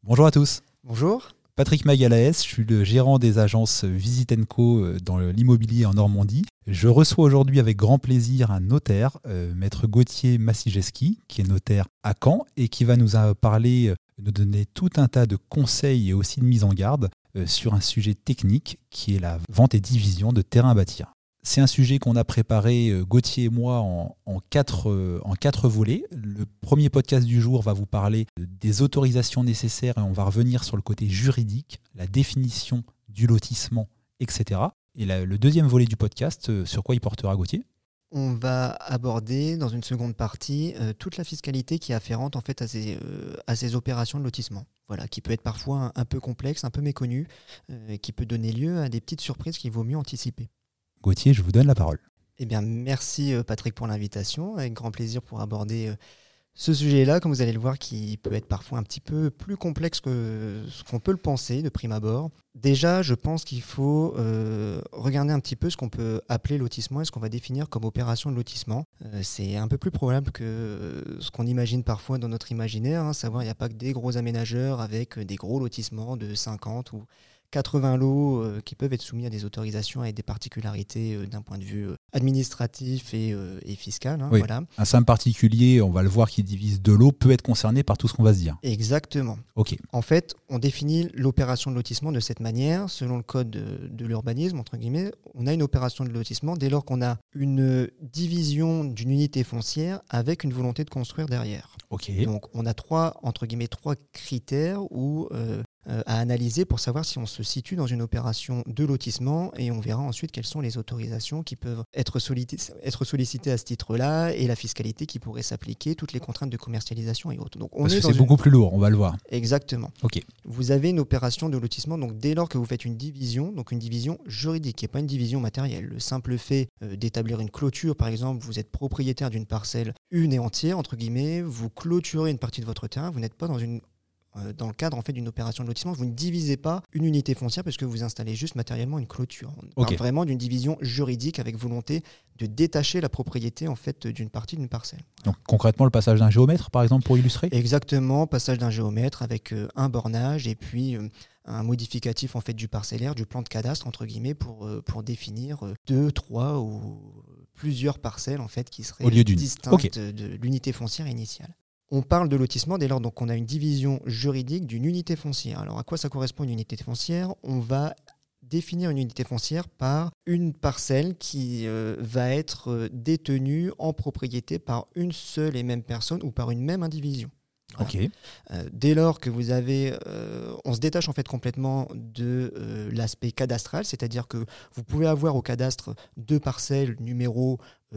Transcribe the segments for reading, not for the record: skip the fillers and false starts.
Bonjour à tous. Bonjour. Patrick Magalaès, je suis le gérant des agences Visit & Co dans l'immobilier en Normandie. Je reçois aujourd'hui avec grand plaisir un notaire, maître Gauthier Massijeski, qui est notaire à Caen et qui va nous parler, nous donner tout un tas de conseils et aussi de mise en garde sur un sujet technique qui est la vente et division de terrains à bâtir. C'est un sujet qu'on a préparé, Gauthier et moi, en quatre volets. Le premier podcast du jour va vous parler des autorisations nécessaires et on va revenir sur le côté juridique, la définition du lotissement, etc. Et le deuxième volet du podcast, sur quoi il portera, Gauthier ? On va aborder dans une seconde partie toute la fiscalité qui est afférente en fait, à ces opérations de lotissement. Voilà, qui peut être parfois un peu complexe, un peu méconnue, qui peut donner lieu à des petites surprises qu'il vaut mieux anticiper. Gauthier, je vous donne la parole. Eh bien, merci Patrick pour l'invitation. Avec grand plaisir pour aborder ce sujet-là, comme vous allez le voir, qui peut être parfois un petit peu plus complexe que ce qu'on peut le penser de prime abord. Déjà, je pense qu'il faut regarder un petit peu ce qu'on peut appeler lotissement et ce qu'on va définir comme opération de lotissement. C'est un peu plus probable que ce qu'on imagine parfois dans notre imaginaire, savoir il n'y a pas que des gros aménageurs avec des gros lotissements de 50 ou 80 lots qui peuvent être soumis à des autorisations avec des particularités d'un point de vue administratif et fiscal. Oui. Voilà. Un simple particulier, on va le voir, qui divise 2 lots, peut être concerné par tout ce qu'on va se dire. Exactement. Ok. En fait, on définit l'opération de lotissement de cette manière. Selon le code de l'urbanisme, entre guillemets, on a une opération de lotissement dès lors qu'on a une division d'une unité foncière avec une volonté de construire derrière. Ok. Donc, on a trois critères à analyser pour savoir si on se situe dans une opération de lotissement et on verra ensuite quelles sont les autorisations qui peuvent être sollicitées à ce titre-là et la fiscalité qui pourrait s'appliquer, toutes les contraintes de commercialisation et autres. Donc, Parce que c'est beaucoup plus lourd, on va le voir. Exactement. Ok. Vous avez une opération de lotissement donc dès lors que vous faites une division, donc une division juridique et pas une division matérielle. Le simple fait d'établir une clôture, par exemple, vous êtes propriétaire d'une parcelle une et entière, entre guillemets, vous clôturez une partie de votre terrain, vous n'êtes pas dans le cadre en fait, d'une opération de lotissement, vous ne divisez pas une unité foncière parce que vous installez juste matériellement une clôture. On parle vraiment d'une division juridique avec volonté de détacher la propriété en fait, d'une partie d'une parcelle. Donc concrètement, le passage d'un géomètre, par exemple, pour illustrer ? Exactement, passage d'un géomètre avec un bornage et puis un modificatif en fait, du parcellaire, du plan de cadastre, entre guillemets, pour définir 2, 3 ou plusieurs parcelles en fait, qui seraient distinctes de l'unité foncière initiale. On parle de lotissement dès lors qu'on a une division juridique d'une unité foncière. Alors à quoi ça correspond une unité foncière ? On va définir une unité foncière par une parcelle qui va être détenue en propriété par une seule et même personne ou par une même indivision. Voilà. Ok. Dès lors que vous avez, on se détache en fait complètement de l'aspect cadastral, c'est-à-dire que vous pouvez avoir au cadastre 2 parcelles numéros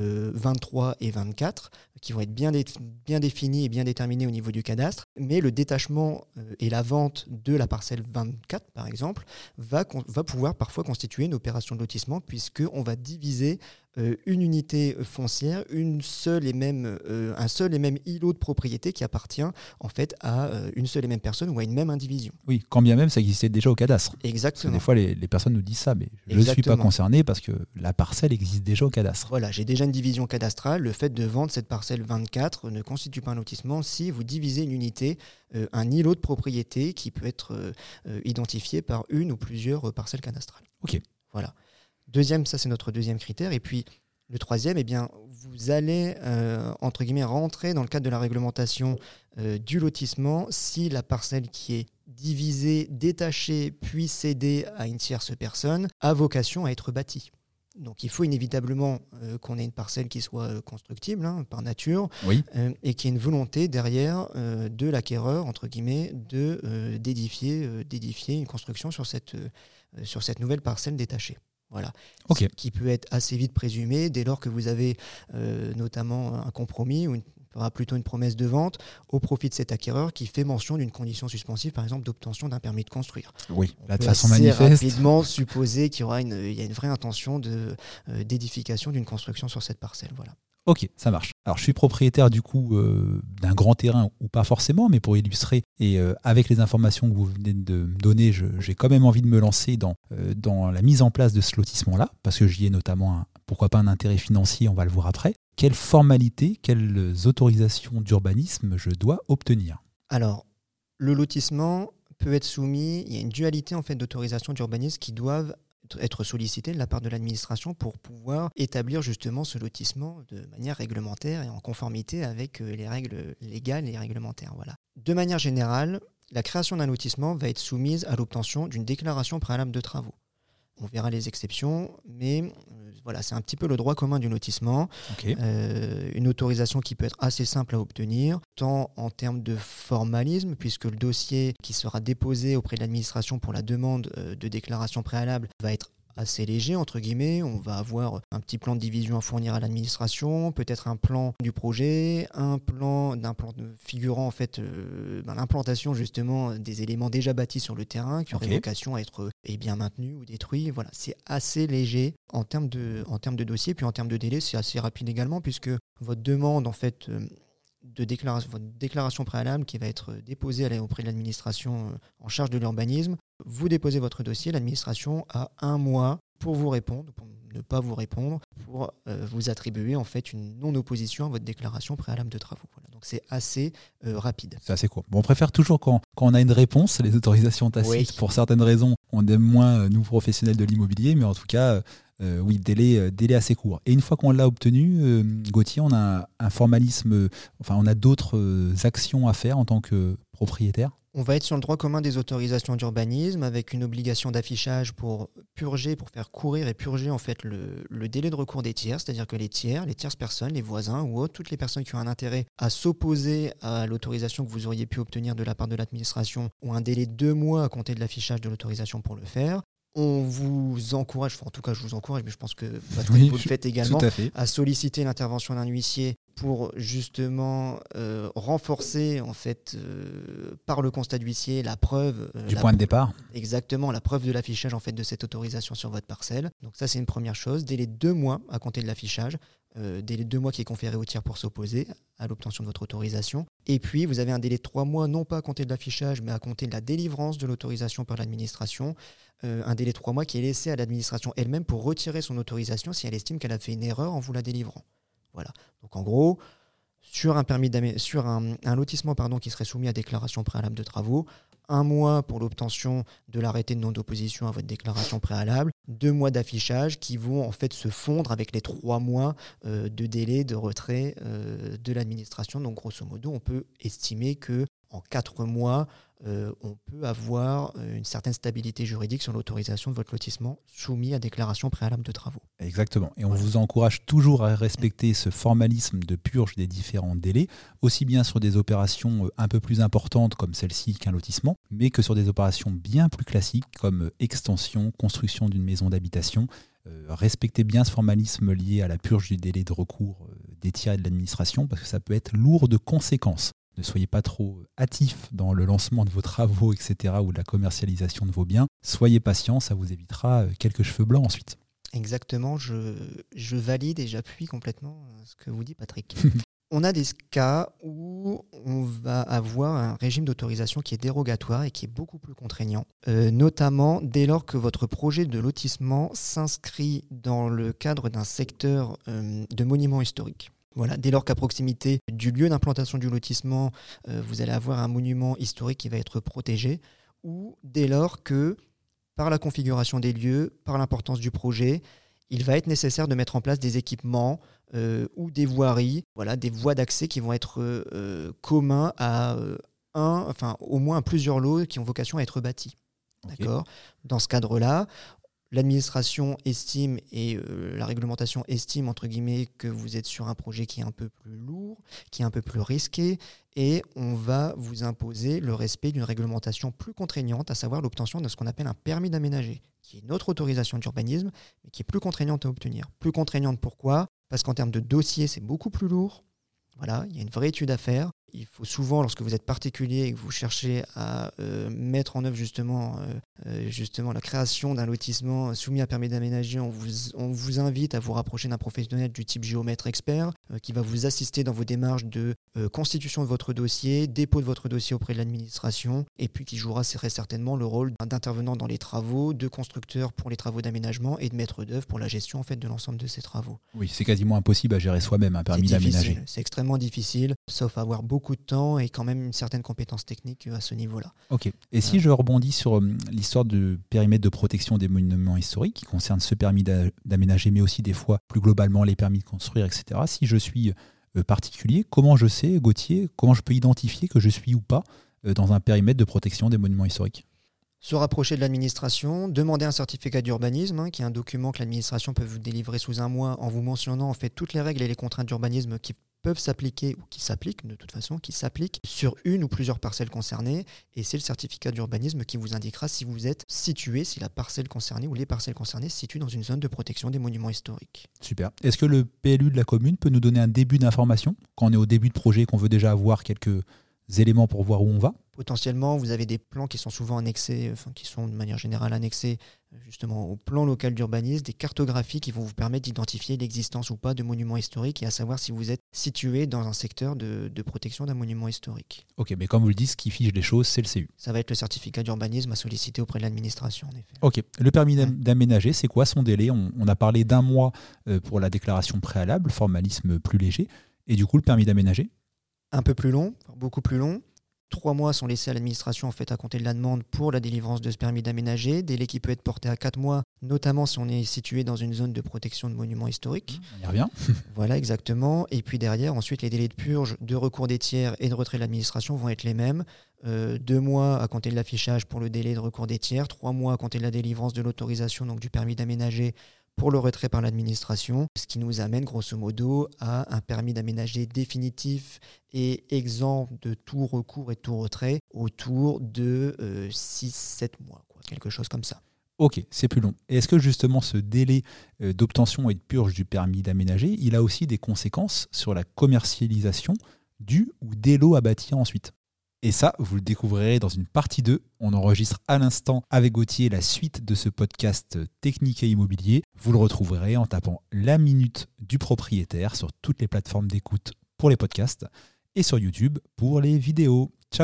23 et 24 qui vont être bien définis et bien déterminés au niveau du cadastre, mais le détachement et la vente de la parcelle 24 par exemple va pouvoir parfois constituer une opération de lotissement puisqu'on va diviser une unité foncière, un seul et même îlot de propriété qui appartient en fait à une seule et même personne ou à une même indivision. Oui, quand bien même ça existait déjà au cadastre. Exactement. Parce que des fois les personnes nous disent ça, mais je ne suis pas concerné parce que la parcelle existe déjà au cadastre. Voilà, j'ai déjà une division cadastrale. Le fait de vendre cette parcelle 24 ne constitue pas un lotissement si vous divisez une unité, un îlot de propriété qui peut être identifié par une ou plusieurs parcelles cadastrales. Ok. Voilà. Ça c'est notre deuxième critère. Et puis le troisième, vous allez entre guillemets rentrer dans le cadre de la réglementation du lotissement si la parcelle qui est divisée, détachée, puis cédée à une tierce personne a vocation à être bâtie. Donc il faut inévitablement qu'on ait une parcelle qui soit constructible par nature, oui. Et qu'il y ait une volonté derrière de l'acquéreur, entre guillemets, d'édifier une construction sur cette nouvelle parcelle détachée. Voilà. Okay. Ce qui peut être assez vite présumé dès lors que vous avez notamment un compromis ou plutôt une promesse de vente au profit de cet acquéreur qui fait mention d'une condition suspensive, par exemple d'obtention d'un permis de construire. Oui, on là de peut façon assez manifeste. Rapidement supposer qu'il y aura une vraie intention d'édification d'une construction sur cette parcelle. Voilà. Ok, ça marche. Alors je suis propriétaire du coup d'un grand terrain, ou pas forcément, mais pour illustrer, et avec les informations que vous venez de me donner, j'ai quand même envie de me lancer dans la mise en place de ce lotissement-là, parce que j'y ai notamment, pourquoi pas un intérêt financier, on va le voir après. Quelles formalités, quelles autorisations d'urbanisme je dois obtenir ? Alors, le lotissement, peut être soumis, il y a une dualité en fait d'autorisation d'urbanisme qui doivent être sollicitées de la part de l'administration pour pouvoir établir justement ce lotissement de manière réglementaire et en conformité avec les règles légales et réglementaires. Voilà. De manière générale, la création d'un lotissement va être soumise à l'obtention d'une déclaration préalable de travaux. On verra les exceptions, mais voilà, c'est un petit peu le droit commun du lotissement. Okay. Une autorisation qui peut être assez simple à obtenir, tant en termes de formalisme, puisque le dossier qui sera déposé auprès de l'administration pour la demande de déclaration préalable va être assez léger, entre guillemets. On va avoir un petit plan de division à fournir à l'administration, peut-être un plan du projet, un plan figurant en fait l'implantation justement des éléments déjà bâtis sur le terrain qui auraient vocation à être bien maintenus ou détruits. Voilà, c'est assez léger en termes de dossier, puis en termes de délai, c'est assez rapide également puisque votre demande en fait votre déclaration préalable qui va être déposée auprès de l'administration en charge de l'urbanisme. Vous déposez votre dossier, l'administration a 1 mois pour vous répondre, pour ne pas vous répondre, pour vous attribuer en fait une non-opposition à votre déclaration préalable de travaux. Voilà. Donc c'est assez rapide. C'est assez court. Bon, on préfère toujours quand on a une réponse, les autorisations tacites, pour certaines raisons, on aime moins nous professionnels de l'immobilier, mais en tout cas, oui, délai assez court. Et une fois qu'on l'a obtenu, Gauthier, on a un formalisme, on a d'autres actions à faire en tant que propriétaire. On va être sur le droit commun des autorisations d'urbanisme avec une obligation d'affichage pour faire courir et purger en fait le délai de recours des tiers, c'est-à-dire que les tierces personnes, les voisins ou autres, toutes les personnes qui ont un intérêt à s'opposer à l'autorisation que vous auriez pu obtenir de la part de l'administration ont un délai de 2 mois à compter de l'affichage de l'autorisation pour le faire. On vous encourage, en tout cas je vous encourage, mais je pense que vous le faites également, à solliciter l'intervention d'un huissier pour justement renforcer en fait par le constat d'huissier la preuve du point de départ. Exactement, la preuve de l'affichage en fait de cette autorisation sur votre parcelle. Donc ça c'est une première chose. Délai de 2 mois à compter de l'affichage. Délai de 2 mois qui est conféré au tiers pour s'opposer à l'obtention de votre autorisation. Et puis vous avez un délai de 3 mois non pas à compter de l'affichage mais à compter de la délivrance de l'autorisation par l'administration. Un délai de 3 mois qui est laissé à l'administration elle-même pour retirer son autorisation si elle estime qu'elle a fait une erreur en vous la délivrant. Voilà. Donc en gros, sur un lotissement qui serait soumis à déclaration préalable de travaux, 1 mois pour l'obtention de l'arrêté de non-opposition à votre déclaration préalable, 2 mois d'affichage qui vont en fait se fondre avec les 3 mois de délai de retrait de l'administration. Donc grosso modo, on peut estimer que en 4 mois, on peut avoir une certaine stabilité juridique sur l'autorisation de votre lotissement soumis à déclaration préalable de travaux. Exactement. Et on vous encourage toujours à respecter ce formalisme de purge des différents délais, aussi bien sur des opérations un peu plus importantes comme celle-ci qu'un lotissement, mais que sur des opérations bien plus classiques comme extension, construction d'une maison d'habitation. Respectez bien ce formalisme lié à la purge du délai de recours des tiers et de l'administration parce que ça peut être lourd de conséquences. Ne soyez pas trop hâtifs dans le lancement de vos travaux, etc., ou de la commercialisation de vos biens. Soyez patient, ça vous évitera quelques cheveux blancs ensuite. Exactement, je valide et j'appuie complètement ce que vous dit Patrick. On a des cas où on va avoir un régime d'autorisation qui est dérogatoire et qui est beaucoup plus contraignant, notamment dès lors que votre projet de lotissement s'inscrit dans le cadre d'un secteur de monuments historiques. Voilà, dès lors qu'à proximité du lieu d'implantation du lotissement, vous allez avoir un monument historique qui va être protégé, ou dès lors que, par la configuration des lieux, par l'importance du projet, il va être nécessaire de mettre en place des équipements ou des voiries, voilà, des voies d'accès qui vont être communs à au moins plusieurs lots qui ont vocation à être bâtis. Okay. D'accord ? Dans ce cadre-là, l'administration estime et la réglementation estime, entre guillemets, que vous êtes sur un projet qui est un peu plus lourd, qui est un peu plus risqué, et on va vous imposer le respect d'une réglementation plus contraignante, à savoir l'obtention de ce qu'on appelle un permis d'aménager, qui est une autre autorisation d'urbanisme, mais qui est plus contraignante à obtenir. Plus contraignante pourquoi ? Parce qu'en termes de dossier, c'est beaucoup plus lourd. Voilà, il y a une vraie étude à faire. Il faut souvent, lorsque vous êtes particulier et que vous cherchez à mettre en œuvre justement la création d'un lotissement soumis à permis d'aménager, on vous invite à vous rapprocher d'un professionnel du type géomètre expert qui va vous assister dans vos démarches de constitution de votre dossier, dépôt de votre dossier auprès de l'administration, et puis qui jouera très certainement le rôle d'intervenant dans les travaux, de constructeur pour les travaux d'aménagement et de maître d'œuvre pour la gestion en fait, de l'ensemble de ces travaux. Oui, c'est quasiment impossible à gérer soi-même un permis d'aménager. C'est extrêmement difficile, sauf à avoir beaucoup beaucoup de temps et quand même une certaine compétence technique à ce niveau-là. Ok. Et si je rebondis sur l'histoire du périmètre de protection des monuments historiques, qui concerne ce permis d'aménager, mais aussi des fois plus globalement les permis de construire, etc. Si je suis particulier, comment je sais, Gauthier, comment je peux identifier que je suis ou pas dans un périmètre de protection des monuments historiques ? Se rapprocher de l'administration, demander un certificat d'urbanisme, qui est un document que l'administration peut vous délivrer sous un mois en vous mentionnant en fait toutes les règles et les contraintes d'urbanisme qui peuvent s'appliquer ou qui s'appliquent de toute façon, qui s'appliquent sur une ou plusieurs parcelles concernées. Et c'est le certificat d'urbanisme qui vous indiquera si vous êtes situé, si la parcelle concernée ou les parcelles concernées se situent dans une zone de protection des monuments historiques. Super. Est-ce que le PLU de la commune peut nous donner un début d'information quand on est au début de projet, qu'on veut déjà avoir quelques éléments pour voir où on va ? Potentiellement, vous avez des plans qui sont souvent annexés, qui sont de manière générale annexés justement au plan local d'urbanisme, des cartographies qui vont vous permettre d'identifier l'existence ou pas de monuments historiques et à savoir si vous êtes situé dans un secteur de protection d'un monument historique. Ok, mais comme vous le dites, ce qui fiche les choses, c'est le CU. Ça va être le certificat d'urbanisme à solliciter auprès de l'administration, en effet. Ok, le permis d'aménager, c'est quoi son délai ? On a parlé d'un mois pour la déclaration préalable, formalisme plus léger, et du coup le permis d'aménager ? Un peu plus long, beaucoup plus long. 3 mois sont laissés à l'administration en fait à compter de la demande pour la délivrance de ce permis d'aménager, délai qui peut être porté à 4 mois, notamment si on est situé dans une zone de protection de monuments historiques. On y revient. Voilà, exactement. Et puis derrière, ensuite, les délais de purge, de recours des tiers et de retrait de l'administration vont être les mêmes. 2 mois à compter de l'affichage pour le délai de recours des tiers, 3 mois à compter de la délivrance de l'autorisation, donc du permis d'aménager, pour le retrait par l'administration, ce qui nous amène grosso modo à un permis d'aménager définitif et exempt de tout recours et tout retrait autour de 6-7 mois, quoi, quelque chose comme ça. Ok, c'est plus long. Et est-ce que justement ce délai d'obtention et de purge du permis d'aménager, il a aussi des conséquences sur la commercialisation du ou des lots à bâtir ensuite ? Et ça, vous le découvrirez dans une partie 2. On enregistre à l'instant avec Gauthier la suite de ce podcast technique et immobilier. Vous le retrouverez en tapant la minute du propriétaire sur toutes les plateformes d'écoute pour les podcasts et sur YouTube pour les vidéos. Ciao !